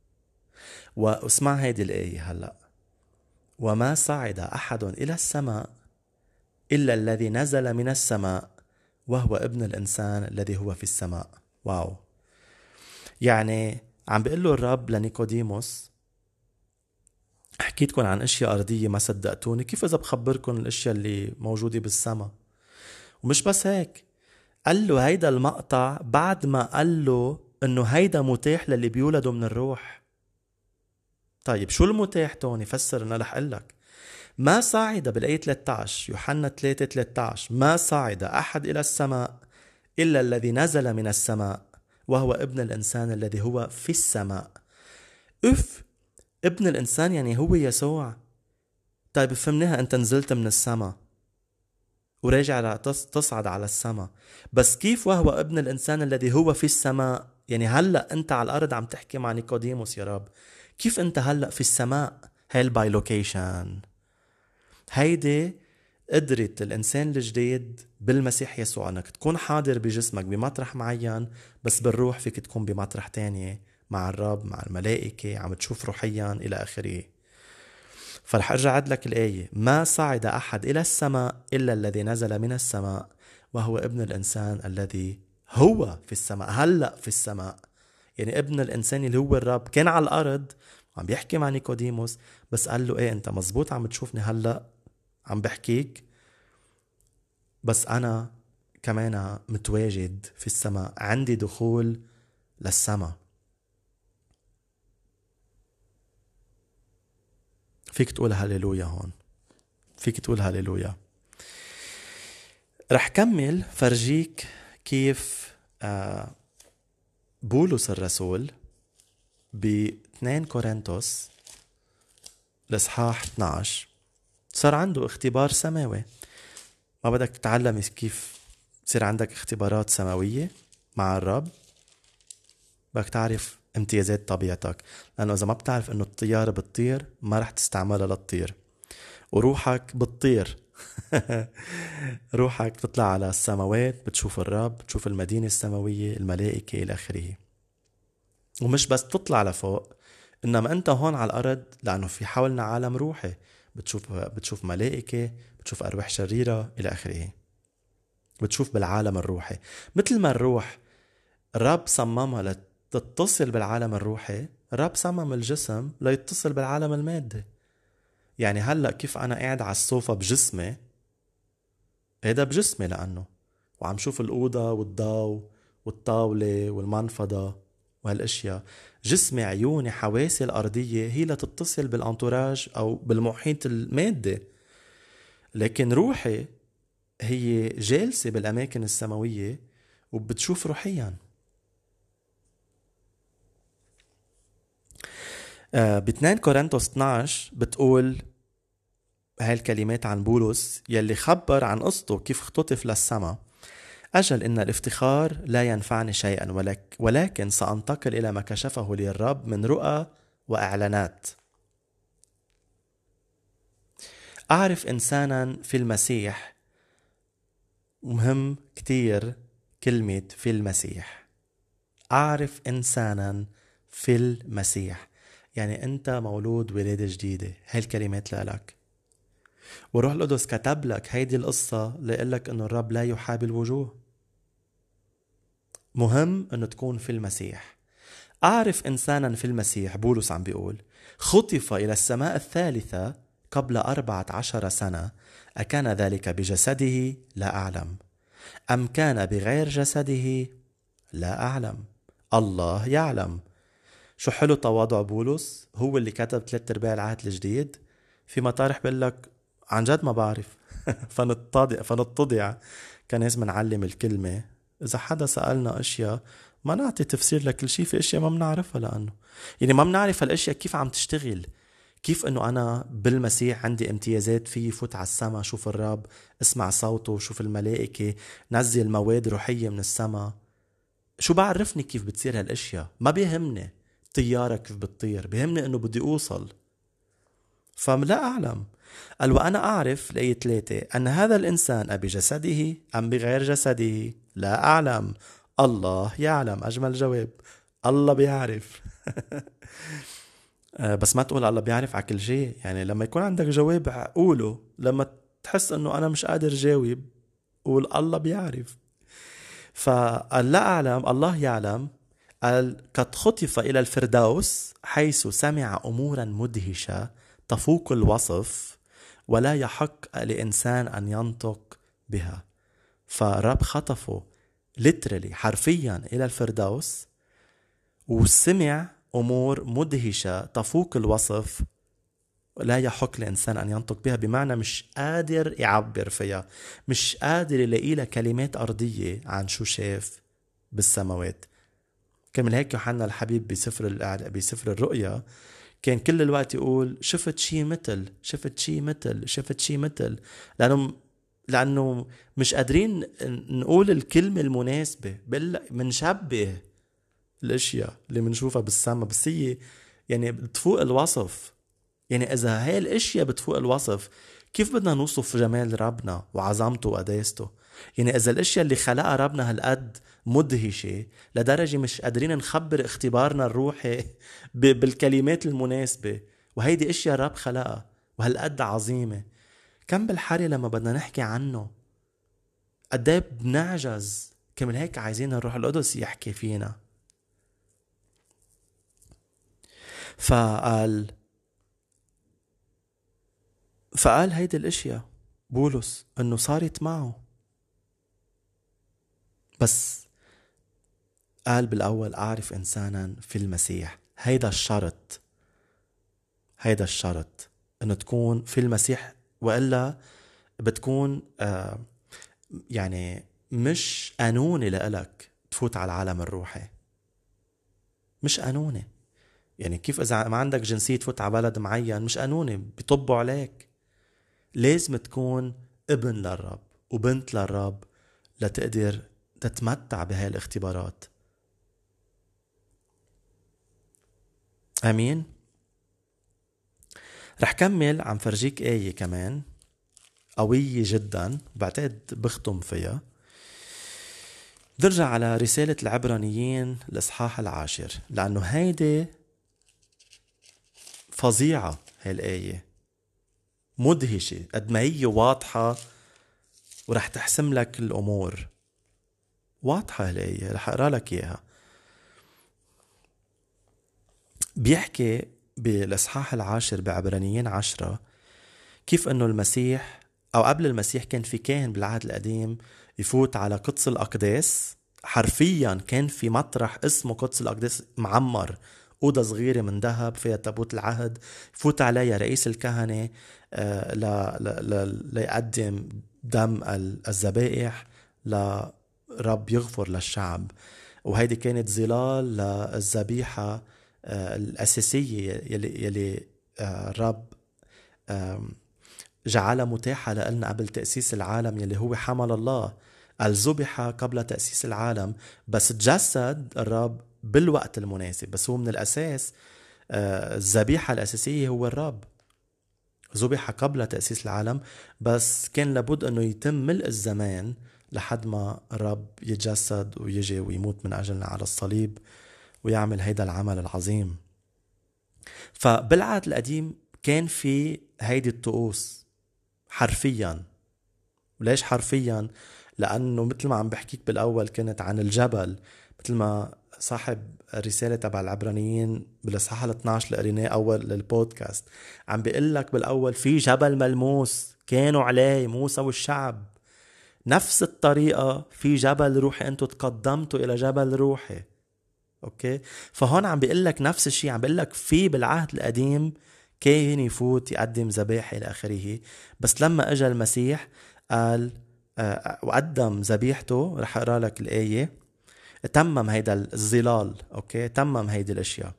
واسمع هذه الآية هلأ: وما صعد أحد إلى السماء إلا الذي نزل من السماء وهو ابن الإنسان الذي هو في السماء. واو. يعني عم بيقول له الرب لنيقوديموس: حكيتكم عن اشياء ارضيه ما صدقتوني، كيف اذا بخبركم الاشياء اللي موجوده بالسماء؟ ومش بس هيك، قال له هيدا المقطع بعد ما قال له انه هيدا متاح للي بيولدوا من الروح. طيب شو المتاح توني؟ فسر. انا رح اقول لك: ما صعد بالايه ثلاثة عشر يوحنا ثلاثة ثلاثة عشر، ما صعد احد الى السماء الا الذي نزل من السماء وهو ابن الإنسان الذي هو في السماء. اف ابن الإنسان يعني هو يسوع. طيب فهمناها، أنت نزلت من السماء وراجع تصعد على السماء، بس كيف وهو ابن الإنسان الذي هو في السماء؟ يعني هلأ أنت على الأرض عم تحكي مع نيقوديموس يا رب، كيف أنت هلأ في السماء؟ هاي البايلوكيشن، هيدي قدرة الإنسان الجديد بالمسيح يسوع، أنك تكون حاضر بجسمك بمطرح معين، بس بالروح فيك تكون بمطرح تانية مع الرب، مع الملائكة، عم تشوف روحيا إلى آخره. فرح أرجع عد لك الآية: ما صعد أحد إلى السماء إلا الذي نزل من السماء وهو ابن الإنسان الذي هو في السماء. هلأ في السماء، يعني ابن الإنسان اللي هو الرب كان على الأرض عم بيحكي مع نيقوديموس، بس قال له: إيه أنت مزبوط عم تشوفني هلأ عم بحكيك، بس أنا كمان متواجد في السماء، عندي دخول للسماء. فيك تقول هاليلويا هون، فيك تقول هاليلويا. رح كمل فرجيك كيف بولس الرسول باثنين كورنثوس الإصحاح اثني عشر صار عنده اختبار سماوي. ما بدك تتعلم كيف تصير عندك اختبارات سماوية مع الرب؟ بدك تعرف امتيازات طبيعتك، لأنه إذا ما بتعرف أنه الطيارة بتطير ما رح تستعملها للطير، وروحك بتطير روحك بتطلع على السماوات، بتشوف الرب، بتشوف المدينة السماوية، الملائكة إلى آخره. ومش بس تطلع لفوق، إنما أنت هون على الأرض، لأنه في حولنا عالم روحي، بتشوف بتشوف ملائكة، بتشوف أرواح شريرة إلى آخره، بتشوف بالعالم الروحي. مثل ما الروح الرب صممها لتتصل بالعالم الروحي، الرب صمم الجسم ليتصل بالعالم المادي. يعني هلأ كيف أنا قاعد على الصوفة بجسمي، هيدا بجسمي لأنه وعم شوف الأوضة والضوء والطاولة والمنفضة وهالاشياء، جسمي، عيوني، حواسي الأرضية هي لتتصل بالانتوراج أو بالمحيط المادي. لكن روحي هي جالسة بالأماكن السماوية وبتشوف روحيا. آه باثنين كورنثوس اثني عشر بتقول هاي الكلمات عن بولس يلي خبر عن قصته كيف اختطف للسماء: أجل إن الافتخار لا ينفعني شيئا، ولك ولكن سأنتقل إلى ما كشفه لي الرب من رؤى وإعلانات. أعرف إنسانا في المسيح. مهم كتير كلمة في المسيح. أعرف إنسانا في المسيح، يعني أنت مولود ولادة جديدة. هاي الكلمات لك، وروح القدس كتب لك هيدي القصة ليقلك إنه الرب لا يحابي الوجوه. مهم إنه تكون في المسيح. أعرف إنسانا في المسيح، بولس عم بيقول، خطف إلى السماء الثالثة قبل أربعة عشر سنة، أكان ذلك بجسده؟ لا أعلم. أم كان بغير جسده؟ لا أعلم. الله يعلم. شو حلو تواضع بولس، هو اللي كتب ثلاث ارباع العهد الجديد. في مطارح بقول لك عن جد ما بعرف فنتضع فنتضع كناس منعلم الكلمة. إذا حدا سألنا أشياء ما نعطي تفسير لكل شيء، في أشياء ما بنعرفها، لأنه يعني ما بنعرف الأشياء كيف عم تشتغل، كيف أنه أنا بالمسيح عندي امتيازات فيه، فوت على السما، شوف الرب، اسمع صوته، شوف الملائكة، نزل مواد روحية من السما. شو بعرفني كيف بتصير هالأشياء؟ ما بيهمني طيارة كيف بتطير، بيهمني أنه بدي أوصل. فلا أعلم. قال وأنا أعرف لأي ثلاثة أن هذا الإنسان بجسده أم بغير جسده لا أعلم، الله يعلم. أجمل جواب، الله بيعرف. بس ما تقول الله بيعرف على كل شيء. يعني لما يكون عندك جواب قوله، لما تحس أنه أنا مش قادر جاوب قول الله بيعرف. فقال لا أعلم، الله يعلم. قال قد خطف إلى الفردوس حيث سمع أمورا مدهشة تفوق الوصف ولا يحق لإنسان أن ينطق بها. فرب خطفه literally حرفيا إلى الفردوس وسمع أمور مدهشة تفوق الوصف لا يحق لإنسان أن ينطق بها، بمعنى مش قادر يعبر فيها، مش قادر يلاقي لها كلمات أرضية عن شو شاف بالسماوات. كمل هيك يوحنا الحبيب بسفر بسفر الرؤيا كان كل الوقت يقول شفت شي مثل شفت شي مثل شفت شي مثل، لأنه لأنه مش قادرين نقول الكلمة المناسبة. منشبه الأشياء اللي منشوفها بالسما، بس هي يعني بتفوق الوصف. يعني إذا هاي الأشياء بتفوق الوصف، كيف بدنا نوصف جمال ربنا وعظمته وقداسته؟ يعني إذا الأشياء اللي خلقها ربنا هالقد مدهشة لدرجة مش قادرين نخبر اختبارنا الروحي بالكلمات المناسبة، وهيدي أشياء رب خلقها وهالقد عظيمة، كم بالحري لما بدنا نحكي عنه قديه بنعجز. كمل هيك عايزين الروح القدس يحكي فينا. فقال فقال هيدي الاشياء بولس انه صارت معه، بس قال بالاول اعرف انسانا في المسيح. هيدا الشرط، هيدا الشرط انه تكون في المسيح، والا بتكون آه يعني مش قانوني لإلك تفوت على العالم الروحي، مش قانوني. يعني كيف اذا ما عندك جنسية تفوت على بلد معين، مش قانوني، بيطبوا عليك. لازم تكون ابن للرب وبنت للرب لتقدر تتمتع بهاي الاختبارات. امين. رح كمل عم فرجيك آية كمان قوية جدا، بعتقد بختم فيها. برجع على رسالة العبرانيين الإصحاح العاشر، لأنه هيدي فظيعة. هاي الآية مدهشة قد ما هي واضحة، ورح تحسم لك الأمور. واضحة الآية، رح أقرأ لك إياها. بيحكي بالإصحاح العاشر بعبرانيين عشرة كيف أنه المسيح أو قبل المسيح كان في كاهن بالعهد القديم يفوت على قدس الأقداس. حرفيا كان في مطرح اسمه قدس الأقداس معمر، أوضة صغيرة من ذهب فيها تابوت العهد، يفوت عليها رئيس الكهنة ليقدم دم الذبائح لرب يغفر للشعب. وهيدي كانت ظلال للذبيحة الأساسية يلي, يلي الرب جعلها متاحة لنا قبل تأسيس العالم، يلي هو حمل الله الذبيحة قبل تأسيس العالم، بس تجسد الرب بالوقت المناسب. بس هو من الأساس الذبيحة الأساسية هو الرب، ذبيحة قبل تأسيس العالم، بس كان لابد أنه يتم ملء الزمان لحد ما الرب يتجسد ويجي ويموت من أجلنا على الصليب ويعمل هيدا العمل العظيم. فبالعهد القديم كان في هيدي الطقوس حرفيا. وليش حرفيا؟ لأنه مثل ما عم بحكيك بالأول كانت عن الجبل، مثل ما صاحب الرسالة تبع العبرانيين بالإصحاح الاثناشر اللي قريناه أول للبودكاست عم بيقول لك بالأول في جبل ملموس كانوا عليه موسى والشعب. نفس الطريقة في جبل روحي، أنتوا تقدمتوا إلى جبل روحي. أوكي، فهون عم بيقول لك نفس الشيء، عم بيقول لك في بالعهد القديم كاهن يفوت يقدم ذبائح إلى آخره، بس لما أجا المسيح قال آه وقدم ذبيحته. رح أقرأ لك الآية. تمم هيدا الظلال، أوكي، تمم هيدي الأشياء.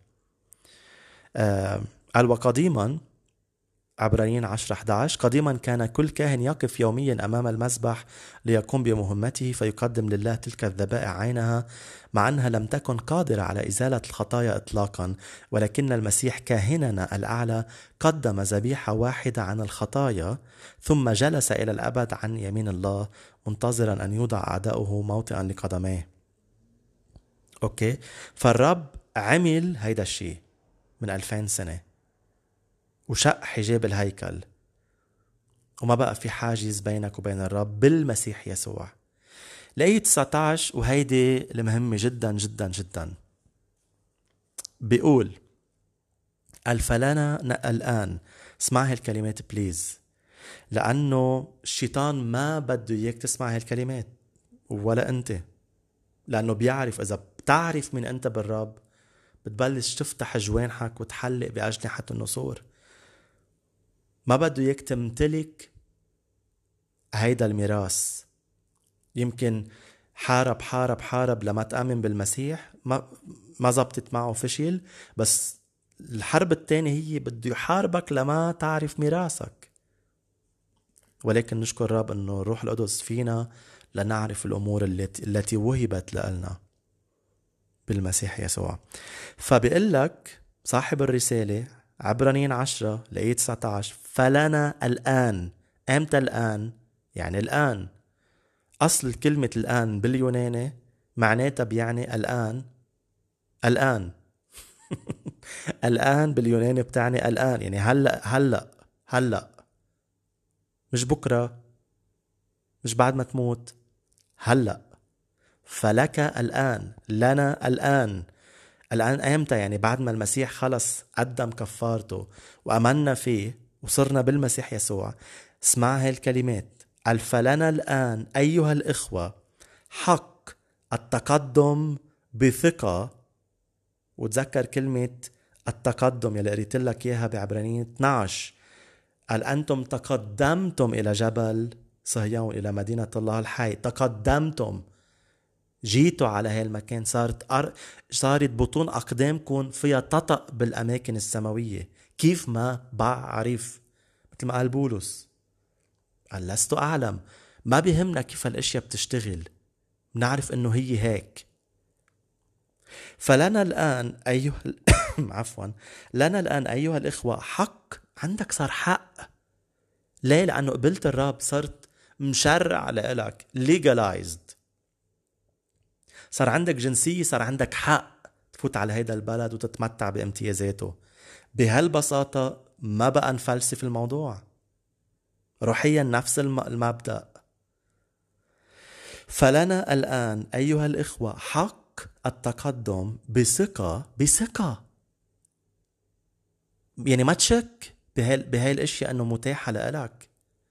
آه قال وقديما، عبرانيين عشرة إحدى عشر، قديما كان كل كاهن يقف يوميا أمام المذبح ليقوم بمهمته فيقدم لله تلك الذبائح عينها، مع أنها لم تكن قادرة على إزالة الخطايا إطلاقا، ولكن المسيح كاهننا الأعلى قدم ذبيحة واحدة عن الخطايا، ثم جلس إلى الأبد عن يمين الله منتظرا أن يوضع أعداؤه موطئا لقدميه. أوكي، فالرب عمل هيدا الشيء من ألفين سنة، وشق حجاب الهيكل، وما بقى في حاجز بينك وبين الرب بالمسيح يسوع. الآية تسعة عشر وهيدي المهمة جدا جدا جدا، بيقول الفلنا الآن. اسمع هالكلمات بليز، لأنه الشيطان ما بده إياك تسمع هالكلمات ولا أنت، لأنه بيعرف إذا بتعرف من أنت بالرب بتبلش تفتح جوانحك وتحلق بأجنحة النسور. ما بده إياك تمتلك هيدا الميراث. يمكن حارب حارب حارب لما تآمن بالمسيح، ما ما زبطت معه، فشل، بس الحرب الثانية هي بده يحاربك لما تعرف ميراثك. ولكن نشكر الرب انه الروح القدس فينا لنعرف الامور التي التي وهبت لنا بالمسيح يسوع. فبيقول لك صاحب الرسالة عبرانيين عشرة الآية تسعة عشر، فلنا الآن. امتى الآن؟ يعني الآن. أصل كلمة الآن باليوناني معناتها بيعني الآن. الآن الآن باليوناني بتعني الآن، يعني هلأ هلأ هلأ، مش بكرة، مش بعد ما تموت، هلأ. فلك الآن، لنا الآن. الآن امتى؟ يعني بعد ما المسيح خلص قدم كفارته وأمنا فيه وصرنا بالمسيح يسوع. اسمع هاي الكلمات، الفلنا الآن أيها الإخوة حق التقدم بثقة. وتذكر كلمة التقدم يلي قريت لك إياها بعبرانيين اثني عشر، قال أنتم تقدمتم إلى جبل صهيون، إلى مدينة الله الحي. تقدمتم، جيتوا على هاي المكان، صارت أر... صارت بطون أقدامكم فيها تطأ بالأماكن السماوية. كيف؟ ما بعرف، مثل ما قال بولس، قال لست أعلم. ما بيهمنا كيف الأشياء بتشتغل، بنعرف إنه هي هيك. فلنا الآن أيها عفوا لنا الآن أيها الإخوة حق. عندك صار حق. ليه؟ لأنه قبلت الرب، صرت مشرع لإلك، legalized. صار عندك جنسية، صار عندك حق تفوت على هيدا البلد وتتمتع بامتيازاته. بهالبساطة ما بقى نفلسف الموضوع، روحيا نفس المبدأ. فلنا الآن أيها الإخوة حق التقدم بثقة. بثقة يعني ما تشك بهاي, بهاي الاشياء انه متاحة لك.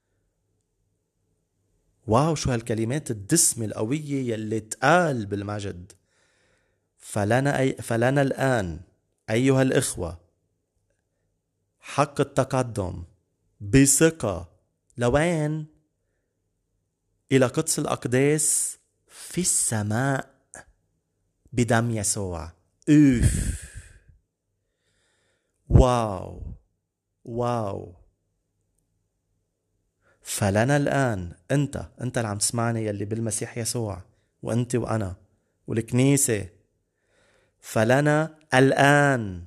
واو، شو هالكلمات الدسمة القوية يلي تقال بالمجد. فلنا, أي فلنا الآن أيها الإخوة حق التقدم بثقة. لوين؟ إلى قدس الأقداس في السماء بدم يسوع. أوف، واو واو. فلنا الآن، أنت أنت اللي عم تسمعني يلي بالمسيح يسوع، وأنت وأنا والكنيسة. فلنا الآن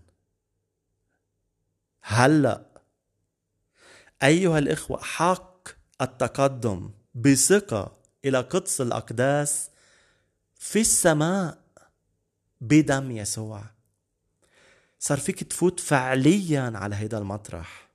هلأ أيها الإخوة حق التقدم بثقة إلى قدس الأقداس في السماء بدم يسوع. صار فيك تفوت فعليا على هيدا المطرح.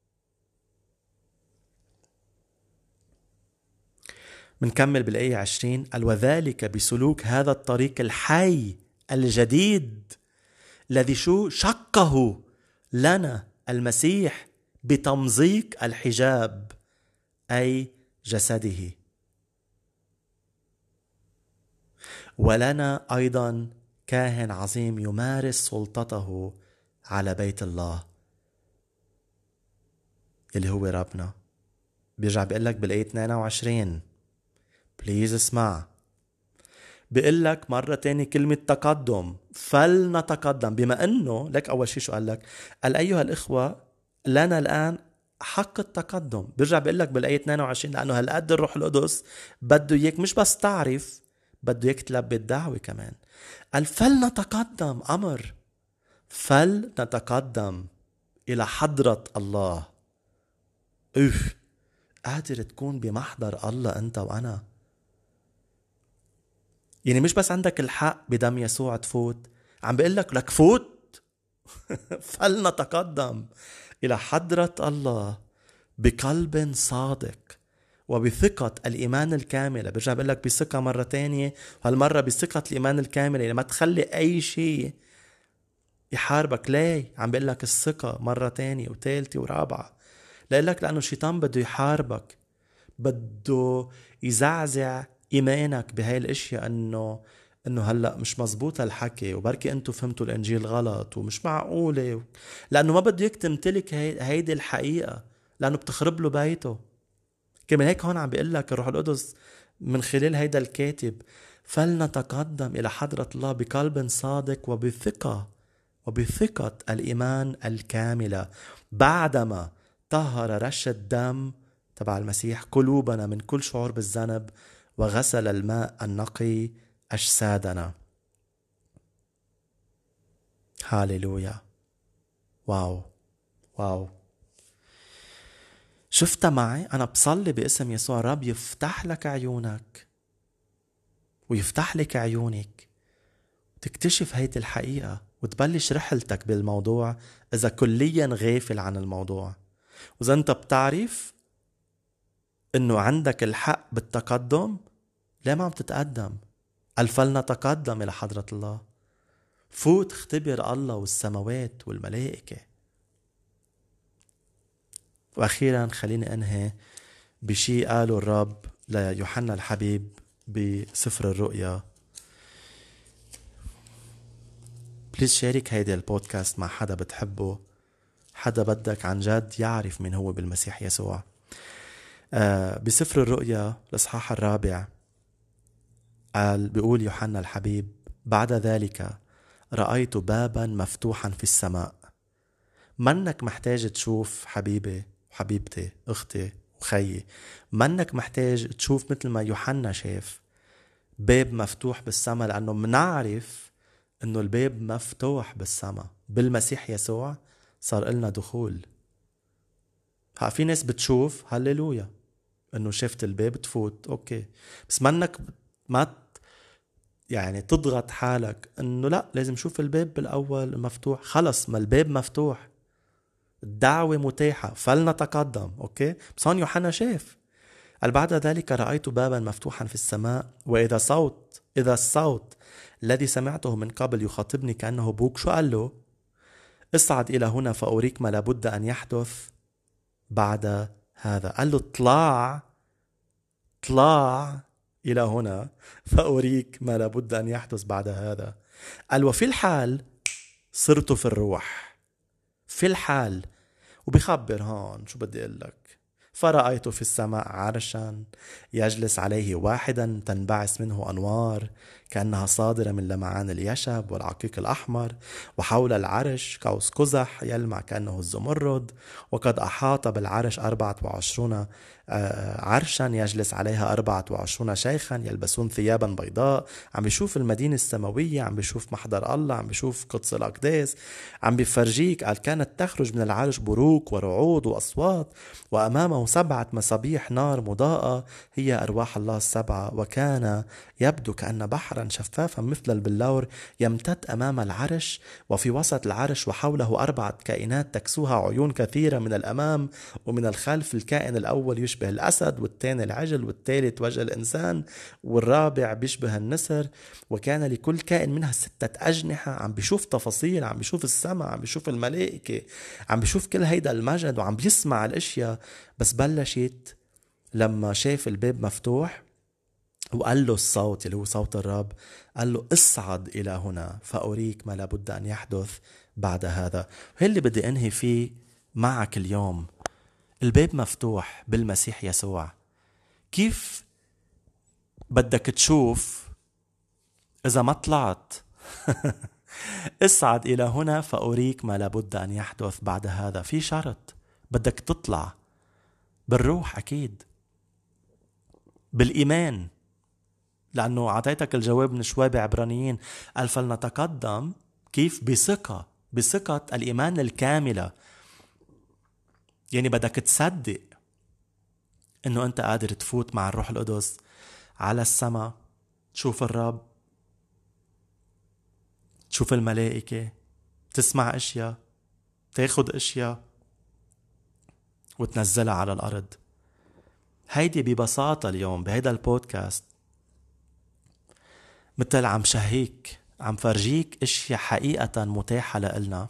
منكمل بالآية عشرين، قال وذلك بسلوك هذا الطريق الحي الجديد الذي شو شقه لنا المسيح بتمزيق الحجاب أي جسده، ولنا أيضا كاهن عظيم يمارس سلطته على بيت الله اللي هو ربنا. بيرجع بيقلك بالآية اثنين وعشرين، بليز اسمع، بيقلك مرة تاني كلمة تقدم، فلنتقدم. بما انه لك اول شيء شو قالك؟ قال ايها الاخوة لنا الان حق التقدم. بيرجع بيقلك بالآية اثنين وعشرين لانه هالقد الروح القدس بده اياك مش بس تعرف، بده اياك تلبي الدعوة كمان. قال فلنتقدم، امر، فلنتقدم الى حضرة الله. اوف، قادر تكون بمحضر الله انت وانا. يعني مش بس عندك الحق بدم يسوع تفوت، عم بيقلك لك فوت فلنتقدم الى حضرة الله بقلب صادق وبثقة الإيمان الكاملة. برجع بقول لك بثقة مرة تانية، وهالمرة بثقة الإيمان الكاملة، يعني ما تخلي أي شيء يحاربك. ليه؟ عم بقول لك الثقة مرة تانية وثالثة ورابعة. لقلك لأنه الشيطان بده يحاربك، بده يزعزع إيمانك بهاي الاشياء، انه انه هلا مش مزبوط هالحكي، وبركي انتو فهمتوا الانجيل غلط ومش معقولة، لانه ما بده يك تمتلك هي هيدي الحقيقة، لانه بتخرب له بيته. كمان هيك هون عم بيقول لك الروح القدس من خلال هيدا الكاتب، فلنتقدم الى حضرة الله بقلب صادق وبثقة وبثقة الإيمان الكاملة، بعدما طهر رش الدم تبع المسيح قلوبنا من كل شعور بالذنب، وغسل الماء النقي أجسادنا. هاليلويا. واو واو. شفت معي؟ أنا بصلي باسم يسوع رب يفتح لك عيونك ويفتح لك عيونك تكتشف هيدي الحقيقة وتبلش رحلتك بالموضوع إذا كليا غافل عن الموضوع. وإذا أنت بتعرف إنه عندك الحق بالتقدم، ليه ما عم تتقدم؟ قال فلنتقدم إلى حضرة الله. فوت اختبر الله والسماوات والملائكة. وأخيرا خليني أنهي بشي قاله الرب ليوحنا الحبيب بسفر الرؤيا. بليز شارك هيدا البودكاست مع حدا بتحبه، حدا بدك عن جد يعرف من هو بالمسيح يسوع. آه بسفر الرؤيا الإصحاح الرابع قال، بيقول يوحنا الحبيب: بعد ذلك رأيت بابا مفتوحا في السماء. منك محتاج تشوف حبيبي وحبيبتي أختي وخيي، منك محتاج تشوف مثل ما يوحنا شاف باب مفتوح بالسماء، لأنه منعرف أنه الباب مفتوح بالسماء بالمسيح يسوع. صار لنا دخول. ها في ناس بتشوف هاليلويا أنه شفت الباب تفوت، أوكي، بس منك ما يعني تضغط حالك أنه لا لازم شوف الباب بالأول مفتوح. خلص، ما الباب مفتوح، الدعوة متاحة، فلنتقدم. أوكي، بس هون يوحنا شاف. قال بعد ذلك رأيت بابا مفتوحا في السماء، وإذا صوت إذا الصوت الذي سمعته من قبل يخاطبني كأنه بوق. شو قال له؟ اصعد إلى هنا فأريك ما لابد أن يحدث بعد هذا. قال له اطلع اطلع إلى هنا فأريك ما لابد أن يحدث بعد هذا. قال وفي الحال صرت في الروح، في الحال. وبيخبر هون شو بدي أقول لك: فرأيت في السماء عرشا يجلس عليه واحدا تنبعث منه أنوار كأنها صادرة من لمعان اليشب والعقيق الأحمر، وحول العرش قوس قزح يلمع كأنه الزمرد، وقد أحاط بالعرش أربعة وعشرون عرشا يجلس عليها أربعة وعشرون شيخا يلبسون ثيابا بيضاء. عم بيشوف المدينة السماوية، عم بيشوف محضر الله، عم بيشوف قدس الأقداس، عم بيفرجيك. قال كانت تخرج من العرش بروق ورعود وأصوات، وأمامه سبعة مصابيح نار مضاءة هي أرواح الله السبعة، وكان يبدو كأن بحرا شفافا مثل البلور يمتد أمام العرش، وفي وسط العرش وحوله أربعة كائنات تكسوها عيون كثيرة من الأمام ومن الخلف. الكائن الأول يشبه الأسد، والثاني العجل، والثالث وجه الإنسان، والرابع بيشبه النسر. وكان لكل كائن منها ستة أجنحة. عم بيشوف تفاصيل، عم بيشوف السماء، عم بيشوف الملائكة، عم بيشوف كل هيدا المجد، وعم بيسمع الاشياء. بس بلشت لما شاف الباب مفتوح وقال له الصوت اللي هو صوت الرب، قال له اصعد إلى هنا فأريك ما لابد أن يحدث بعد هذا. هي اللي بدي أنهي فيه معك اليوم. الباب مفتوح بالمسيح يسوع. كيف بدك تشوف إذا ما طلعت؟ اصعد إلى هنا فأريك ما لابد أن يحدث بعد هذا. في شرط، بدك تطلع بالروح، أكيد بالإيمان، لأنه أعطيتك الجواب من شوي بعبرانيين، قال فلنتقدم كيف؟ بثقة، بثقة الإيمان الكاملة. يعني بدك تصدق إنه أنت قادر تفوت مع الروح القدس على السماء، تشوف الرب، تشوف الملائكة، تسمع أشياء، تاخد أشياء وتنزلها على الأرض. هيدي ببساطة اليوم بهيدا البودكاست مثل عم شهيك، عم فرجيك اشياء حقيقة متاحة لإلنا،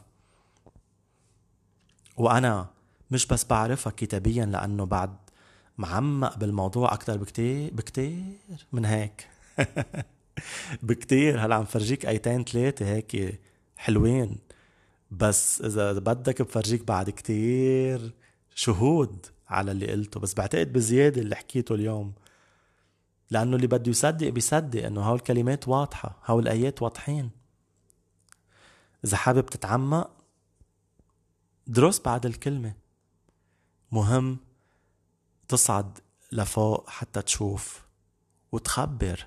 وأنا مش بس بعرفها كتابيا لأنه بعد معمق بالموضوع أكتر بكتير بكتير من هيك. بكتير. هلا عم فرجيك ايتين ثلاثة هيك حلوين، بس إذا بدك بفرجيك بعد كتير شهود على اللي قلته، بس بعتقد بزيادة اللي حكيته اليوم، لأنه اللي بده يصدق بيصدق إنه هاو الكلمات واضحة، هاو الآيات واضحين. إذا حابب تتعمق درس بعد الكلمة. مهم تصعد لفوق حتى تشوف وتخبر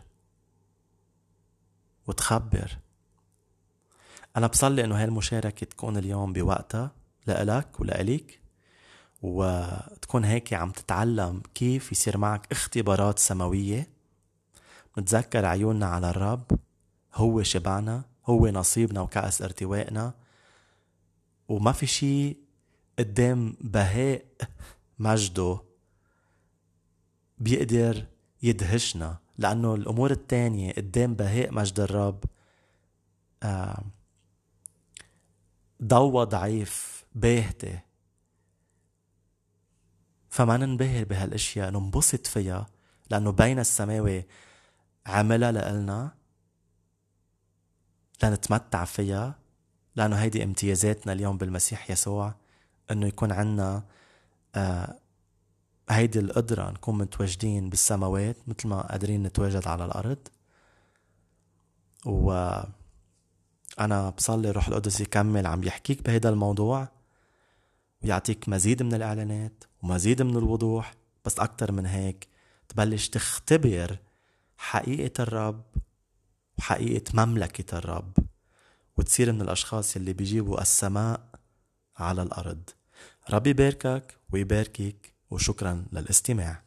وتخبر. أنا بصلي إنه هاي المشاركة تكون اليوم بوقتها لإلك ولإليك، وتكون هيك عم تتعلم كيف يصير معك اختبارات سماوية. نتذكر عيوننا على الرب، هو شبعنا، هو نصيبنا وكأس ارتوائنا، وما في شي قدام بهاء مجده بيقدر يدهشنا، لأنه الأمور التانية قدام بهاء مجد الرب آه ضوء ضعيف باهتة. فما ننبهر بهالاشياء، ننبسط فيها، لأنه بين السماوي عملها لإلنا لنتمتع فيها، لأنه هيدي امتيازاتنا اليوم بالمسيح يسوع، أنه يكون عنا آه هيدي القدرة نكون متواجدين بالسماوات مثل ما قادرين نتواجد على الأرض. وأنا بصلي روح القدس يكمل عم يحكيك بهيدا الموضوع ويعطيك مزيد من الإعلانات ومزيد من الوضوح، بس أكتر من هيك تبلش تختبر حقيقة الرب وحقيقة مملكة الرب، وتصير من الأشخاص اللي بيجيبوا السماء على الأرض. ربي يباركك ويباركك، وشكرا للاستماع.